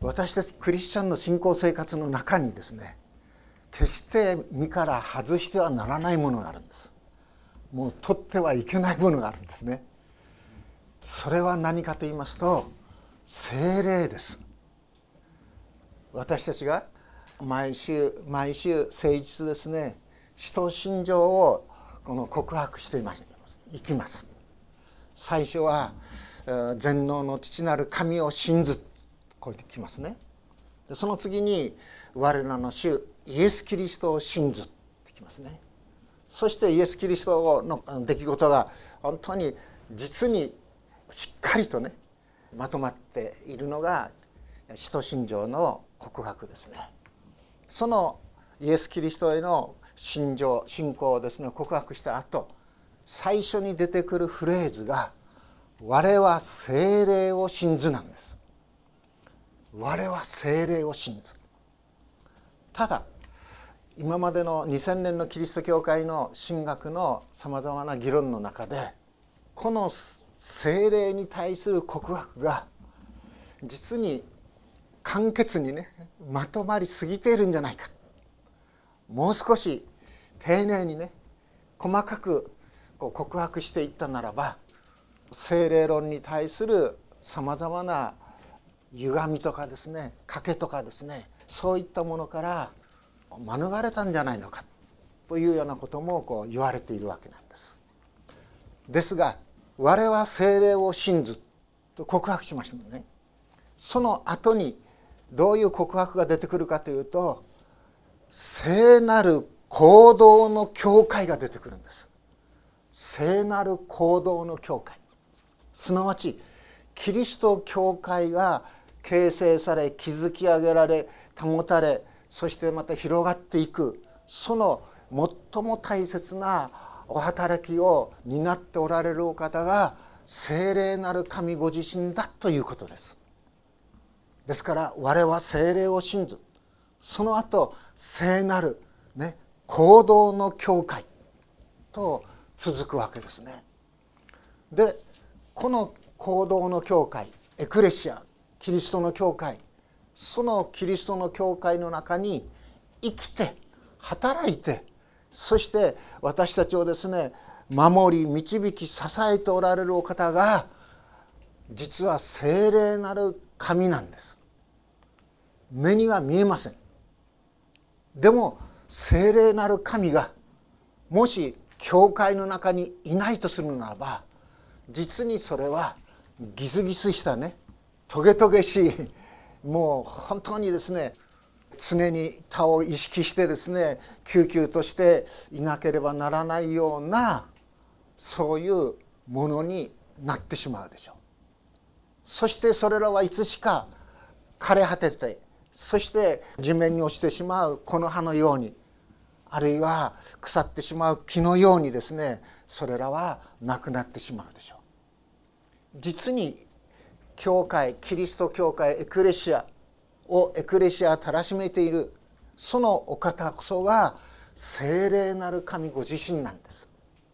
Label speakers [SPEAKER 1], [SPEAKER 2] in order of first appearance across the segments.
[SPEAKER 1] 私たちクリスチャンの信仰生活の中にですね、決して身から外してはならないものがあるんです。もう取ってはいけないものがあるんですね。それは何かと言いますと、聖霊です。私たちが毎週誠実ですね、使徒信条を告白していきます。最初は全能の父なる神を信ず、こう言ってきますね。でその次に我らの主イエス・キリストを信ずってきますね。そしてイエス・キリストの出来事が本当に実にしっかりとねまとまっているのが使徒信条の告白ですね。そのイエス・キリストへの信仰をですね告白した後、最初に出てくるフレーズが我は聖霊を信ずなんです。我は聖霊を信ず。ただ今までの2000年のキリスト教会の神学のさまざまな議論の中で、この聖霊に対する告白が実に簡潔にねまとまりすぎているんじゃないか、もう少し丁寧にね細かく告白していったならば、聖霊論に対するさまざまな歪みとかですね、賭けとかですね、そういったものから免れたんじゃないのかというようなことも言われているわけなんです。ですが我は聖霊を信ずと告白しましたのね。その後にどういう告白が出てくるかというと、聖なる行動の教会が出てくるんです。聖なる行動の教会、すなわちキリスト教会が形成され築き上げられ保たれ、そしてまた広がっていく、その最も大切なお働きを担っておられるお方が聖霊なる神ご自身だということです。ですから我は聖霊を信ず、その後聖なる、行動の教会と続くわけですね。でこの行動の教会、エクレシア、キリストの教会、そのキリストの教会の中に生きて働いて、そして私たちをですね守り導き支えておられるお方が実は聖霊なる神なんです。目には見えません。でも聖霊なる神がもし教会の中にいないとするならば、実にそれはギスギスしたね、トゲトゲしい、もう本当にですね常に他を意識してですね救急としていなければならないような、そういうものになってしまうでしょう。そしてそれらはいつしか枯れ果てて、そして地面に落ちてしまう木の葉のように、あるいは腐ってしまう木のようにですね、それらはなくなってしまうでしょう。実に教会、キリスト教会、エクレシアたらしめているそのお方こそが聖霊なる神ご自身なんです。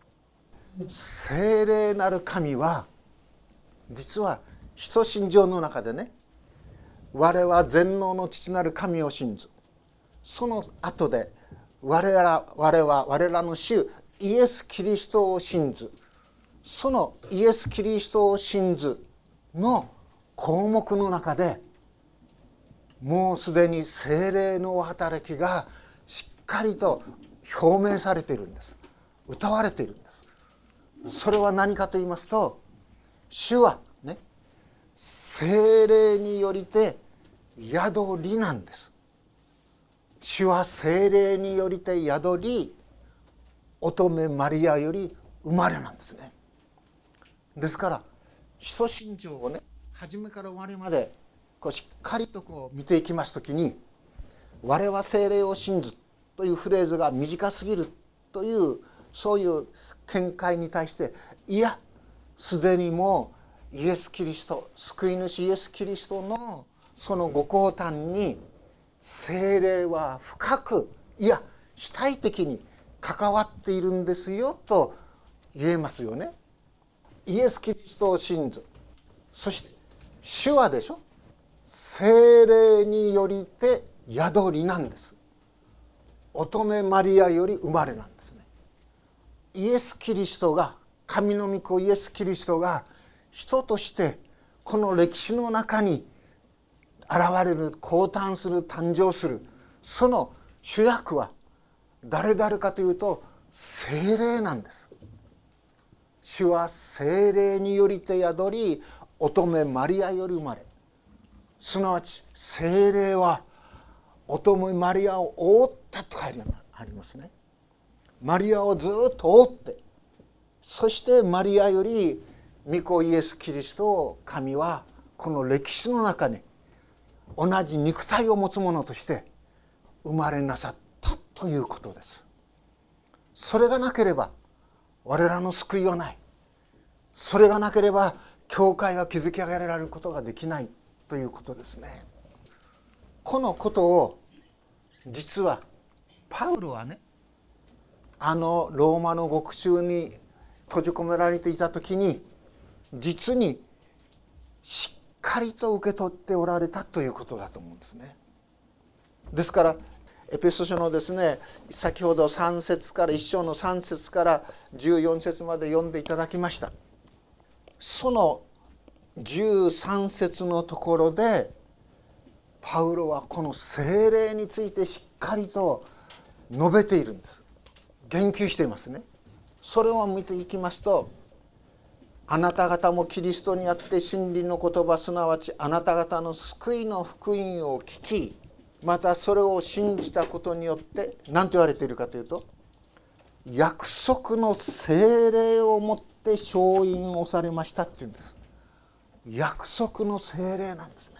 [SPEAKER 1] 聖霊なる神は実は使徒信条の中でね、我は全能の父なる神を信ず、その後で我らの主イエス・キリストを信ず、そのイエス・キリストを信ずの項目の中で、もうすでに聖霊のお働きがしっかりと表明されているんです。謳われているんです。それは何かと言いますと、主はね聖霊によりて宿りなんです。主は聖霊によりて宿り、乙女マリアより生まれなんですね。ですから使徒信条をね初めから終わりまでしっかりと見ていきますときに、我は聖霊を信ずというフレーズが短すぎるというそういう見解に対して、いやすでにもうイエス・キリスト、救い主イエス・キリストのそのご降誕に聖霊は深く、いや主体的に関わっているんですよと言えますよね。イエス・キリストを信ず、そして主はでしょ、 聖霊によりて宿りなんです。乙女マリアより生まれなんですね。イエス・キリストが、神の御子イエス・キリストが人としてこの歴史の中に現れる、降誕する、誕生する、その主役は誰々かというと聖霊なんです。主は聖霊によりて宿り、乙女マリアより生まれ、すなわち聖霊は乙女マリアを覆ったと書いてありますね。マリアをずっと覆って、そしてマリアより御子イエス・キリストを神はこの歴史の中に同じ肉体を持つ者として生まれなさったということです。それがなければ我らの救いはない。それがなければ教会が築き上げられることができないということですね。このことを実はパウロはね、ローマの獄中に閉じ込められていた時に実にしっかりと受け取っておられたということだと思うんですね。ですからエペソ書のですね、先ほど3節から1章の3節から14節まで読んでいただきました。その13節のところでパウロはこの聖霊についてしっかりと述べているんです。言及していますね。それを見ていきますと、あなた方もキリストにあって真理の言葉、すなわちあなた方の救いの福音を聞き、またそれを信じたことによって何と言われているかというと、約束の聖霊をもって承認をされましたっていうんです。約束の聖霊なんですね。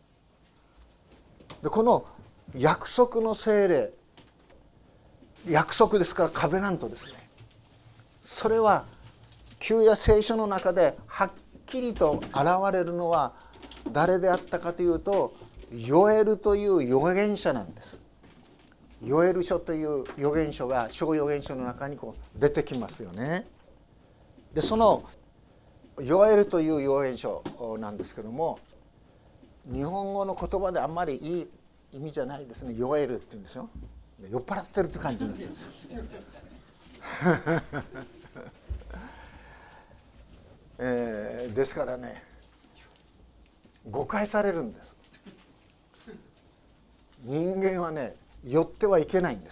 [SPEAKER 1] でこの約束の聖霊、約束ですからカベナントですね。それは旧約聖書の中ではっきりと現れるのは誰であったかというと、ヨエルという預言者なんです。ヨエル書という預言書が小預言書の中にこう出てきますよね。でそのヨエルという預言書なんですけども、日本語の言葉であんまりいい意味じゃないですね。ヨエルって言うんですよ。酔っ払ってるって感じになっちゃうんですですからね、誤解されるんです。人間はね、酔ってはいけないんです。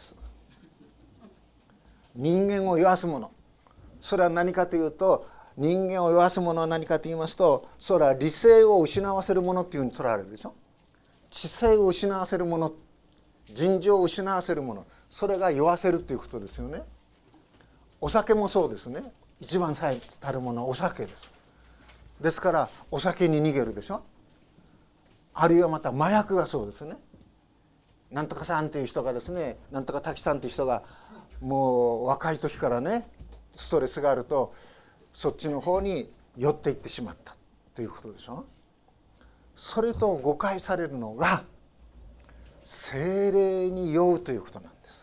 [SPEAKER 1] 人間を酔わすもの、それは何かというと、人間を酔わすものは何かと言いますと、それは理性を失わせるものというふうに取られるでしょ。知性を失わせるもの、尋常を失わせるもの、それが酔わせるということですよね。お酒もそうですね。一番最たるものはお酒です。ですからお酒に逃げるでしょ。あるいはまた麻薬がそうですね。なんとかさんという人がですね、なんとか滝さんという人がもう若い時からね、ストレスがあるとそっちの方に寄っていってしまったということでしょ。それと誤解されるのが聖霊に酔うということなんです。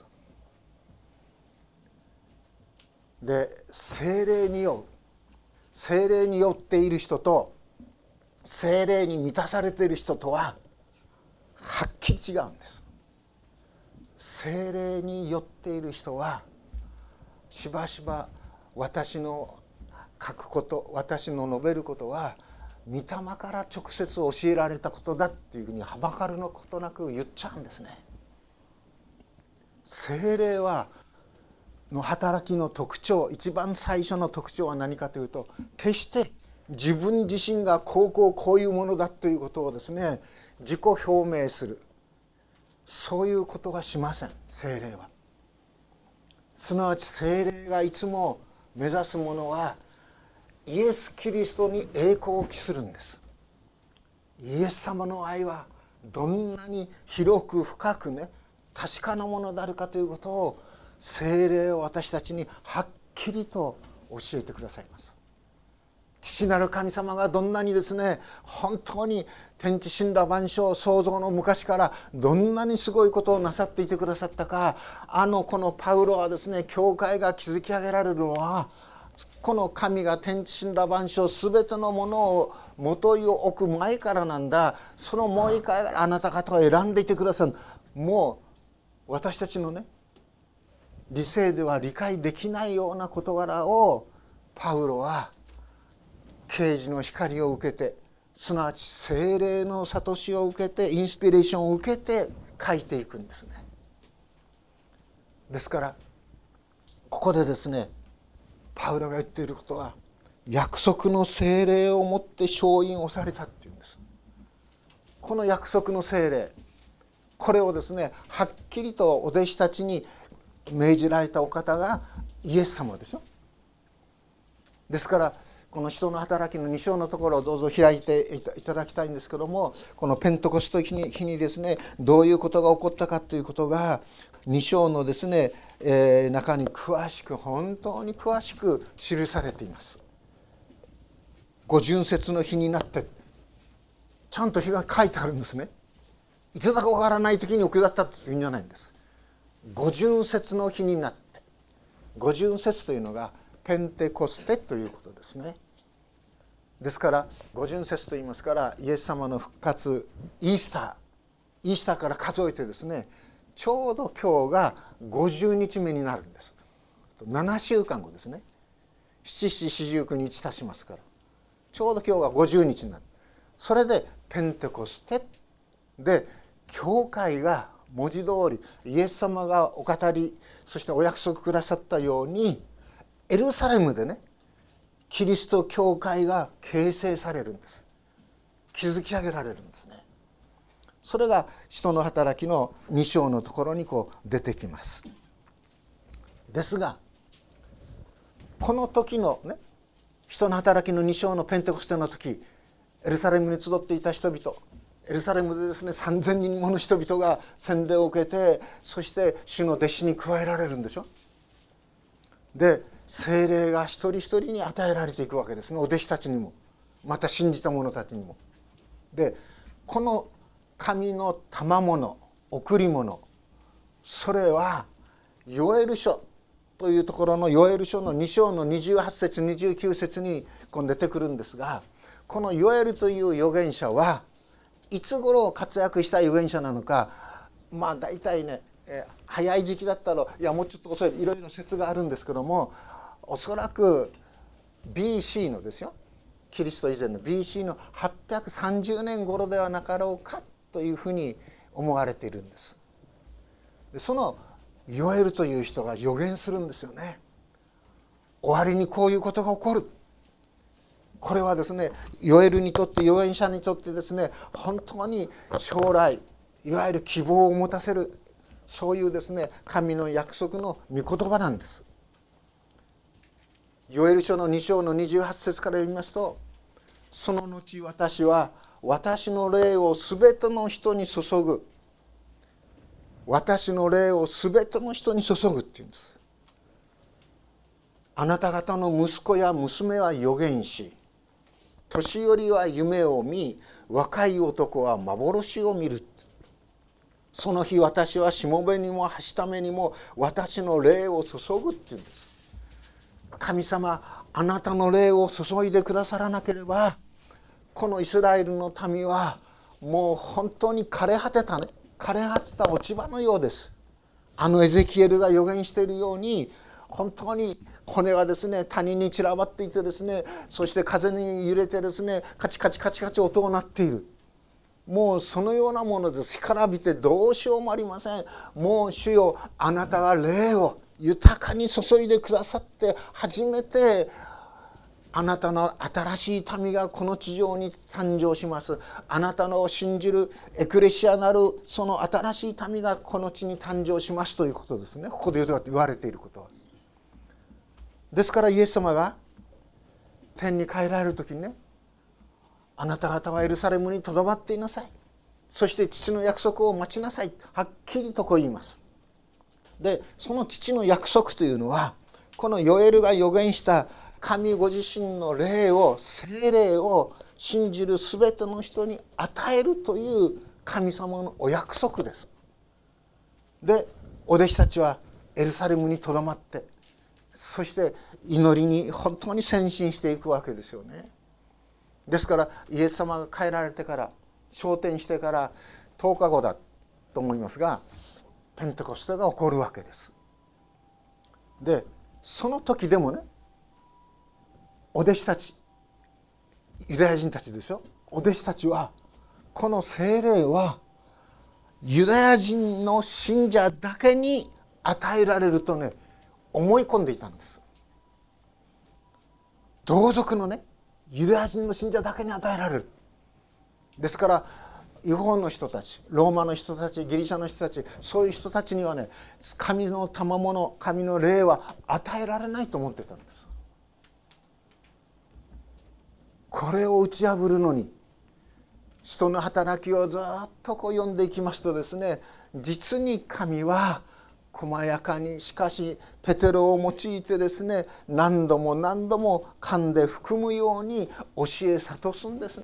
[SPEAKER 1] で、聖霊に酔う、聖霊に酔っている人と聖霊に満たされている人とははっきり違うんです。聖霊に酔っている人はしばしば私の書くこと、私の述べることは御霊から直接教えられたことだっていうふうにはばかるのことなく言っちゃうんですね。聖霊の働きの特徴、一番最初の特徴は何かというと、決して自分自身がこういうものだということをですね、自己表明する、そういうことはしません。聖霊はすなわち聖霊がいつも目指すものはイエス・キリストに栄光を期するんです。イエス様の愛はどんなに広く深くね、確かなものであるかということを聖霊を私たちにはっきりと教えてくださいます。父なる神様がどんなにですね、本当に天地神羅万象創造の昔からどんなにすごいことをなさっていてくださったか、このパウロはですね、教会が築き上げられるのはこの神が天地神羅万象すべてのものをもといを置く前からなんだ。そのもう一回あなた方が選んでいてくださる。もう私たちのね理性では理解できないような事柄をパウロは啓示の光を受けて、すなわち聖霊の諭しを受けて、インスピレーションを受けて書いていくんですね。ですからここでですね、パウロが言っていることは、約束の聖霊をもって承印をされたっていうんです。この約束の聖霊、これをですねはっきりとお弟子たちに命じられたお方がイエス様でしょ。ですからこの使徒の働きの2章のところをどうぞ開いていただきたいんですけども、このペントコステ日にですねどういうことが起こったかということが2章のですね、中に詳しく、本当に詳しく記されています。五巡節の日になってちゃんと日が書いてあるんですね。いつだかわからない時に起きだったっていうんじゃないんです。五巡節の日になって、五巡節というのがペンテコステということですね。ですから五巡節といいますから、イエス様の復活、イースターから数えてですね、ちょうど今日が50日目になるんです。7週間後ですね。七四四十九日足しますから、ちょうど今日が50日になる。それでペンテコステで、教会が文字通りイエス様がお語り、そしてお約束くださったように、エルサレムでねキリスト教会が形成されるんです。築き上げられるんですね。それが使徒の働きの2章のところにこう出てきます。ですがこの時のね、使徒の働きの2章のペンテコステの時、エルサレムに集っていた人々、エルサレムでですね3000人もの人々が洗礼を受けて、そして主の弟子に加えられるんでしょ。で聖霊が一人一人に与えられていくわけですね。お弟子たちにも、また信じた者たちにも。でこの神の賜物、贈り物、それはヨエル書というところのヨエル書の2章の28節29節に出てくるんですが、このヨエルという預言者はいつ頃活躍した預言者なのか、まあ大体ね、早い時期だったら、いやもうちょっと遅い、いろいろ説があるんですけども、おそらく BC のですよ、キリスト以前の BC の830年頃ではなかろうかというふうに思われているんです。でそのヨエルという人が予言するんですよね。終わりにこういうことが起こる。これはですねヨエルにとって、預言者にとってですね、本当に将来いわゆる希望を持たせる、そういうですね神の約束の御言葉なんです。ヨエル書の2章の28節から読みますと、その後私は私の霊をすべての人に注ぐ、私の霊をすべての人に注ぐっていうんです。あなた方の息子や娘は預言し、年寄りは夢を見、若い男は幻を見る。その日私はしもべにもはしためにも私の霊を注ぐっていうんです。神様、あなたの霊を注いでくださらなければ、このイスラエルの民はもう本当に枯れ果てた落ち葉のようです。エゼキエルが予言しているように、本当に骨がですね谷に散らばっていてですね、そして風に揺れてですねカチカチカチカチ音を鳴っている。もうそのようなものです。干からびてどうしようもありません。もう主よ、あなたが霊を豊かに注いでくださって初めて、あなたの新しい民がこの地上に誕生します。あなたの信じるエクレシアなるその新しい民がこの地に誕生しますということですね。ここで言われていることですから、イエス様が天に帰られる時にね、あなた方はエルサレムにとどまっていなさい、そして父の約束を待ちなさい、はっきりとこう言います。でその父の約束というのは、このヨエルが預言した神ご自身の霊を、聖霊を信じるすべての人に与えるという神様のお約束です。でお弟子たちはエルサレムにとどまって、 そして祈りに本当に先進していくわけですよね。ですからイエス様が帰られてから昇天してから10日後だと思いますが、ペンテコステが起こるわけです。でその時でもね、お弟子たち、ユダヤ人たちですよ、お弟子たちはこの聖霊はユダヤ人の信者だけに与えられるとね、思い込んでいたんです。同族のね、ユダヤ人の信者だけに与えられる。ですから違法の人たち、ローマの人たち、ギリシャの人たち、そういう人たちにはね、神の賜物、神の霊は与えられないと思ってたんです。これを打ち破るのに人の働きをずっとこう読んでいきますとですね、実に神は細やかに、しかしペテロを用いてですね、何度も何度も噛んで含むように教え諭すんですね。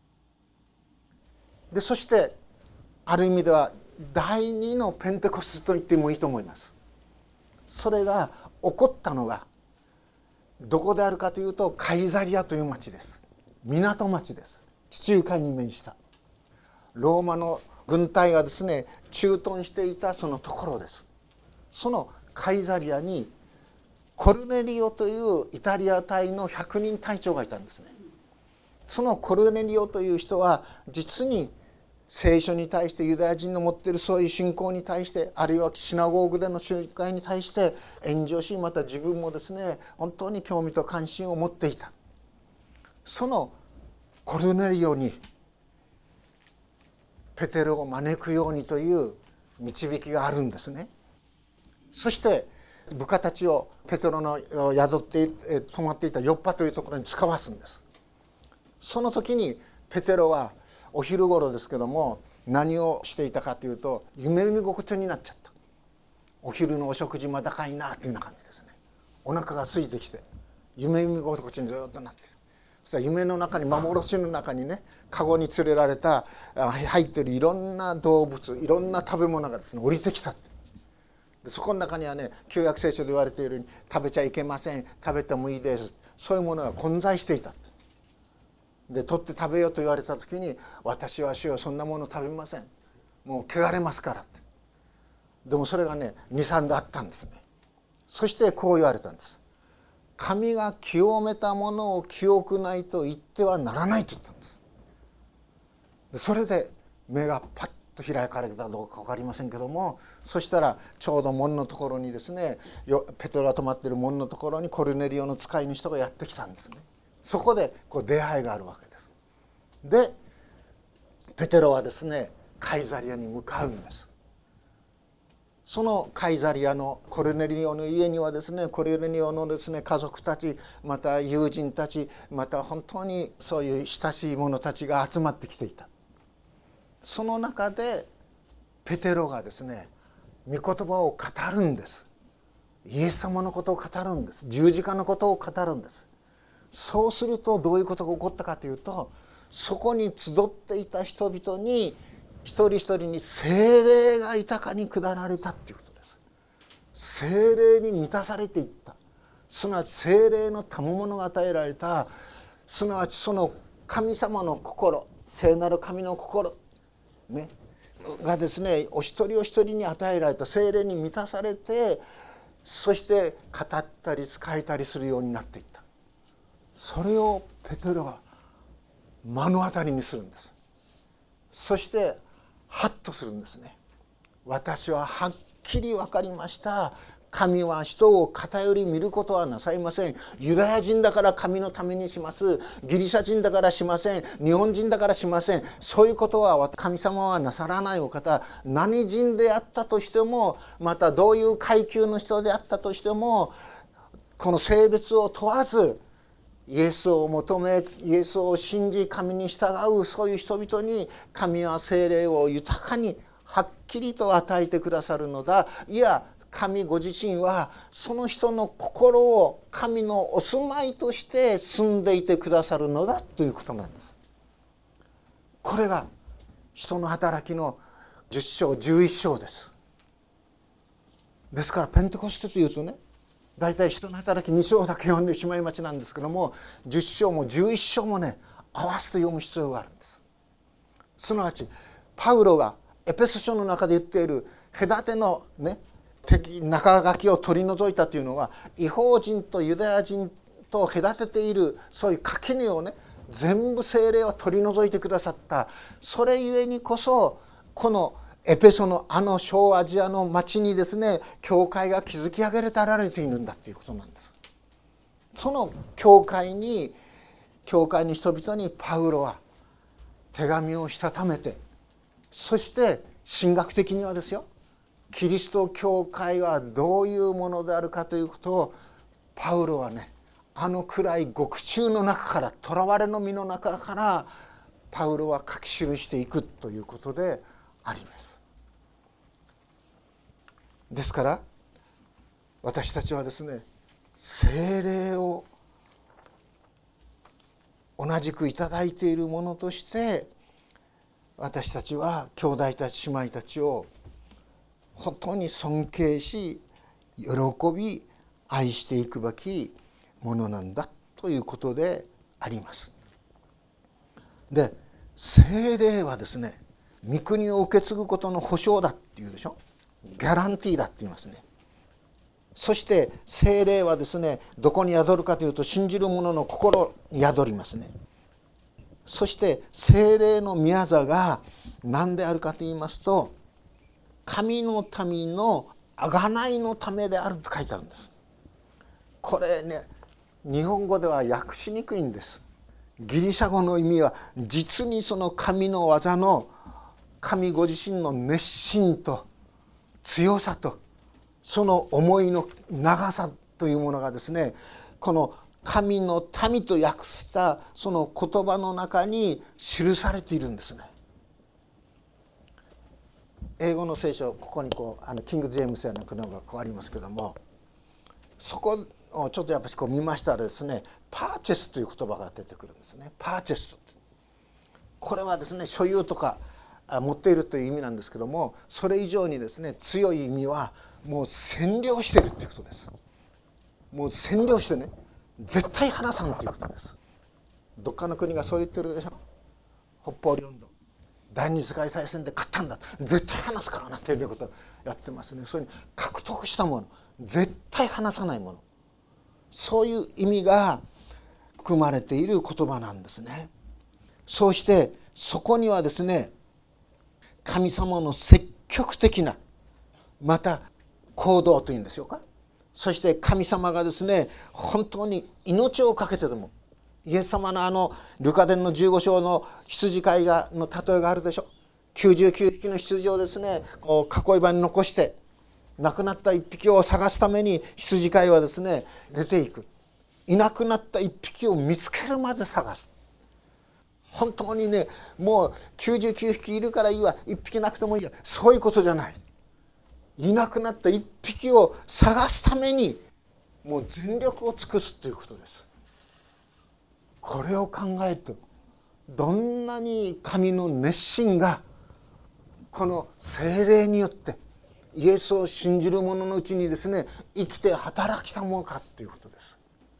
[SPEAKER 1] でそしてある意味では第二のペンテコステと言ってもいいと思います。それが起こったのがどこであるかというと、カイザリアという町です。港町です。地中海に面したローマの軍隊がですね駐屯していたそのところです。そのカイザリアにコルネリオというイタリア隊の100人隊長がいたんですね。そのコルネリオという人は実に聖書に対して、ユダヤ人の持っているそういう信仰に対して、あるいはシナゴーグでの集会に対して援助し、また自分もですね本当に興味と関心を持っていた。そのコルネリオにペテロを招くようにという導きがあるんですね。そして部下たちをペテロの宿って泊まっていたヨッパというところに使わすんです。その時にペテロはお昼頃ですけども、何をしていたかというと、夢見心地になっちゃった。お昼のお食事まだかいなというような感じですね。お腹が空いてきて夢見心地にずっとなっている。そしたら夢の中に、幻の中にね、カゴに連れられた入っているいろんな動物、いろんな食べ物がですね降りてきた。でそこの中にはね、旧約聖書で言われているように食べちゃいけません、食べてもいいです、そういうものが混在していた。で取って食べようと言われた時に、私は主よそんなもの食べません、もう汚れますからって。でもそれがね 2,3 度あったんですね。そしてこう言われたんです。神が清めたものを清くないと言ってはならないと言ったんです。でそれで目がパッと開かれたかどうか分かりませんけども、そしたらちょうど門のところにですね、ペテロが泊まっている門のところにコルネリオの使いの人がやってきたんですね。そこでこう出会いがあるわけです。でペテロはですねカイザリアに向かうんです。そのカイザリアのコルネリオの家にはですね、コルネリオのですね家族たち、また友人たち、また本当にそういう親しい者たちが集まってきていた。その中でペテロがですね御言葉を語るんです。イエス様のことを語るんです。十字架のことを語るんです。そうするとどういうことが起こったかというと、そこに集っていた人々に一人一人に聖霊が豊かに下られたということです。聖霊に満たされていった。すなわち聖霊の賜物が与えられた。すなわちその神様の心、聖なる神の心、ね、がですねお一人お一人に与えられた聖霊に満たされて、そして語ったり仕えたりするようになっていった。それをペテロが目の当たりにするんです。そしてハッとするんですね。私ははっきり分かりました。神は人を偏り見ることはなさいません。ユダヤ人だから神のためにします。ギリシャ人だからしません。日本人だからしません。そういうことは神様はなさらないお方。何人であったとしても、またどういう階級の人であったとしても、この性別を問わずイエスを求め、イエスを信じ神に従う、そういう人々に神は聖霊を豊かにはっきりと与えてくださるのだ。いや神ご自身はその人の心を神のお住まいとして住んでいてくださるのだということなんです。これが人の働きの10章11章です。ですからペンテコステというとね、 大体人の働き2章だけ読んでしまいがちなんですけども、10章も11章もね合わせて読む必要があるんです。すなわちパウロがエペソ書の中で言っている隔てのね敵中書きを取り除いたというのは、異邦人とユダヤ人と隔てているそういう垣根をね全部聖霊を取り除いてくださった。それゆえにこそこのエペソのあの小アジアの町にですね教会が築き上げられているんだということなんです。その教会の人々にパウロは手紙をしたためて、そして神学的にはですよ、キリスト教会はどういうものであるかということをパウロはね、あの暗い獄中の中から、囚われの身の中からパウロは書き記していくということであります。ですから私たちはですね、聖霊を同じくいただいているものとして、私たちは兄弟たち姉妹たちを本当に尊敬し喜び愛していくべきものなんだということであります。で、聖霊はですね、御国を受け継ぐことの保証だっていうでしょ。ギャランティーだって言いますね。そして聖霊はですね、どこに宿るかというと、信じる者の心に宿りますね。そして聖霊の宮座が何であるかと言いますと、神の民の贖いのためであると書いてあるんです。これね、日本語では訳しにくいんです。ギリシャ語の意味は実にその神の技の、神ご自身の熱心と強さとその思いの長さというものがですね、この神の民と訳したその言葉の中に記されているんですね。英語の聖書、ここにキング・ジェームスやなんかのがありますけども、そこをちょっとやっぱり見ましたらですね、パーチェスという言葉が出てくるんですね。パーチェス、これはですね、所有とか持っているという意味なんですけども、それ以上にですね強い意味はもう占領してるっていうことです。もう占領してね、絶対離さんということです。どっかの国がそう言ってるでしょ。北方領土第二次世界大戦で勝ったんだ、絶対離すからなっていうことをやってますね。それに獲得したもの、絶対離さないもの、そういう意味が含まれている言葉なんですね。そうしてそこにはですね、神様の積極的なまた行動というんでしょうか、そして神様がですね本当に命を懸けてでも、イエス様のルカ伝の15章の羊飼いの例えがあるでしょ。99匹の羊をですね囲い場に残して亡くなった1匹を探すために羊飼いはですね出ていく。いなくなった1匹を見つけるまで探す。本当にね、もう99匹いるからいいわ、1匹なくてもいいや、そういうことじゃない。いなくなった1匹を探すためにもう全力を尽くすということです。これを考えると、どんなに神の熱心がこの聖霊によってイエスを信じる者のうちにですね生きて働きたものかということです。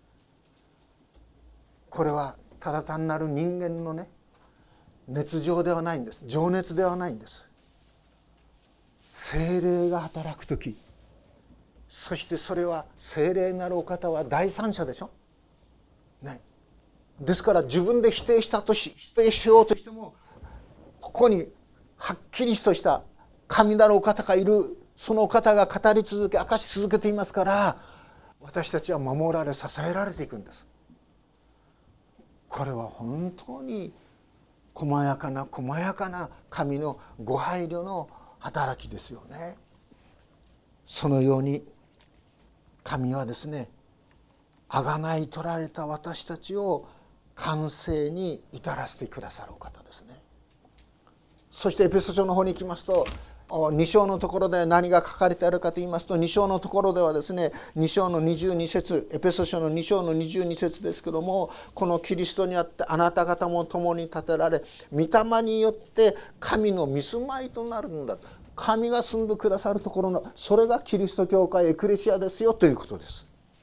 [SPEAKER 1] これはただ単なる人間のね熱情ではないんです。情熱ではないんです。聖霊が働くとき、そしてそれは聖霊なるお方は第三者でしょ、ね、ですから自分で否定しようとしても、ここにはっきりとした神なるお方がいる。そのお方が語り続け明かし続けていますから、私たちは守られ支えられていくんです。これは本当に細やかな神のご配慮の働きですよね。そのように神はですね、贖い取られた私たちを完成に至らせてくださるお方ですね。そしてエペソ書の方に行きますと、2章のところで何が書かれてあるかと言いますと、2章のところではですね、2章の22節、エペソ書の2章の22節ですけども、このキリストにあってあなた方も共に立てられ、御霊によって神の御住まいとなるんだ。神が住んでくださるところの、それがキリスト教会エクレシアですよということです。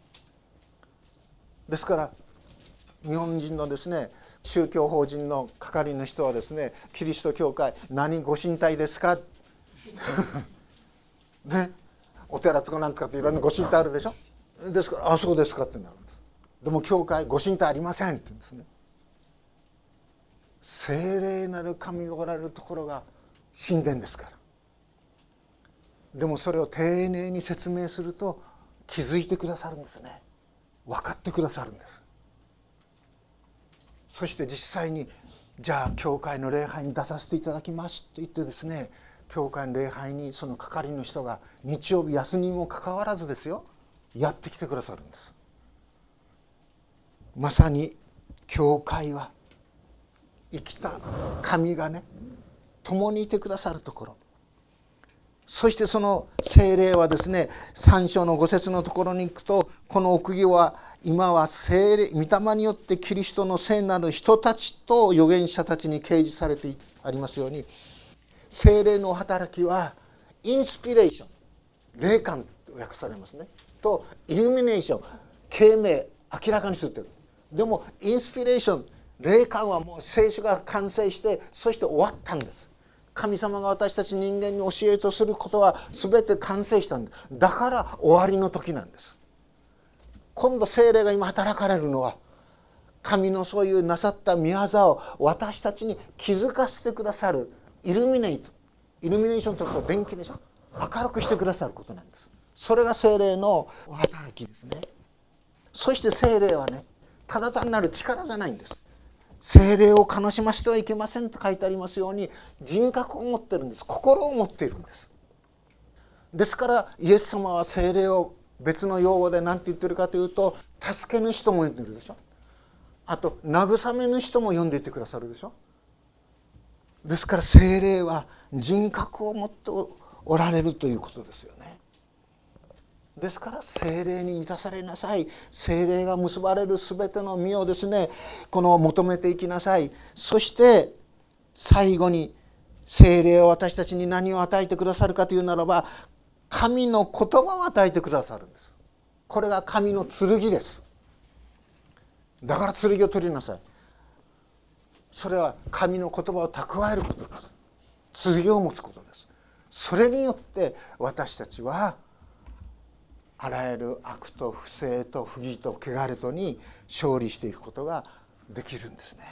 [SPEAKER 1] ですから日本人のですね宗教法人の係の人はですね、キリスト教会何ご神体ですかね、お寺とかなんとかっていろんなご神体あるでしょ。ですから「あ、そうですか」ってなるんです。でも教会ご神体ありませんって言うんですね。聖霊なる神がおられるところが神殿ですから。でもそれを丁寧に説明すると気づいてくださるんですね。分かってくださるんです。そして実際にじゃあ教会の礼拝に出させていただきますと言ってですね、教会の礼拝にその係の人が日曜日休みにもかかわらずですよ、やってきてくださるんです。まさに教会は生きた神がね共にいてくださるところ、そしてその聖霊はですね、3章の5節のところに行くと、この奥義は今は聖霊御霊によってキリストの聖なる人たちと預言者たちに掲示されてありますように、聖霊の働きはインスピレーション、霊感と訳されますね、とイルミネーション、啓明、明らかにするという。でもインスピレーション、霊感はもう聖書が完成して、そして終わったんです。神様が私たち人間に教えとすることは全て完成したんです。だから終わりの時なんです。今度聖霊が今働かれるのは、神のそういうなさった御業を私たちに気づかせてくださるイルミネート、イルミネーションというと電気でしょ、明るくしてくださることなんです。それが聖霊の働きですね。そして聖霊はね、ただ単なる力じゃないんです。聖霊を悲しませてはいけませんと書いてありますように、人格を持ってるんです。心を持っているんです。ですからイエス様は聖霊を別の用語で何て言ってるかというと、助けぬ人も呼んでるでしょ、あと慰めぬ人も呼んでいてくださるでしょ。ですから聖霊は人格を持っておられるということですよね。ですから聖霊に満たされなさい。聖霊が結ばれるすべての実をですね、この求めていきなさい。そして最後に聖霊を私たちに何を与えてくださるかというならば、神の言葉を与えてくださるんです。これが神の剣です。だから剣を取りなさい。それは神の言葉を蓄えることです。剣を持つことです。それによって私たちはあらゆる悪と不正と不義と汚れとに勝利していくことができるんですね。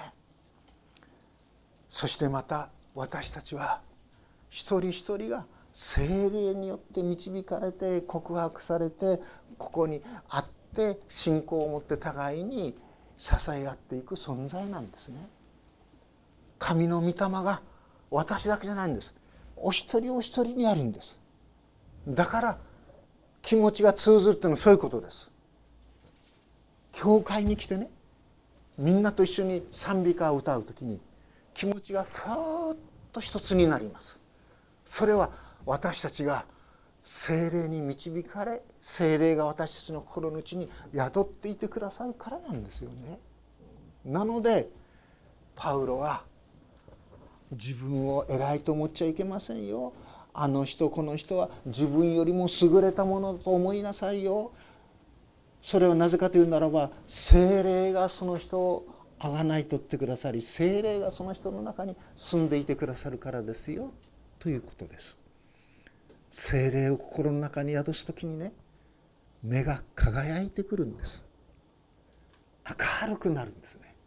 [SPEAKER 1] そしてまた私たちは一人一人が聖霊によって導かれて告白されて、ここにあって信仰を持って互いに支え合っていく存在なんですね。神の御霊が私だけじゃないんです。お一人お一人にあるんです。だから気持ちが通ずるっていうのはそういうことです。教会に来てね、みんなと一緒に賛美歌を歌うときに気持ちがふーっと一つになります。それは私たちが聖霊に導かれ、聖霊が私たちの心の内に宿っていてくださるからなんですよね。なのでパウロは自分を偉いと思っちゃいけませんよ。あの人この人は自分よりも優れたものと思いなさいよ。それはなぜかというならば、聖霊がその人を贖い取ってくださり、聖霊がその人の中に住んでいてくださるからですよということです。聖霊を心の中に宿すときにね、目が輝いてくるんです。明るくなるんですね。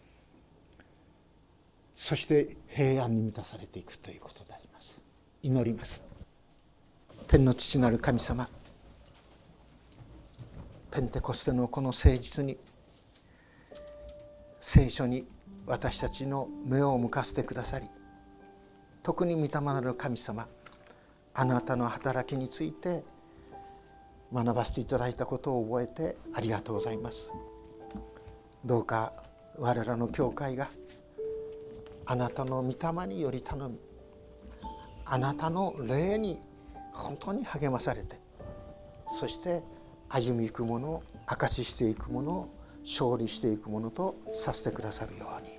[SPEAKER 1] そして平安に満たされていくということであります。祈ります。天の父なる神様、ペンテコステのこの誠実に聖書に私たちの目を向かせてくださり、特に御霊なる神様、あなたの働きについて学ばせていただいたことを覚えてありがとうございます。どうか我らの教会があなたの御霊により頼み、あなたの霊に本当に励まされて、そして歩みゆくもの、証ししていくもの、勝利していくものとさせてくださるように。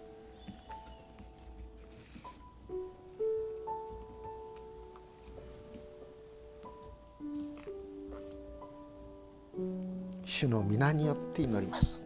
[SPEAKER 1] 主の皆によって祈ります。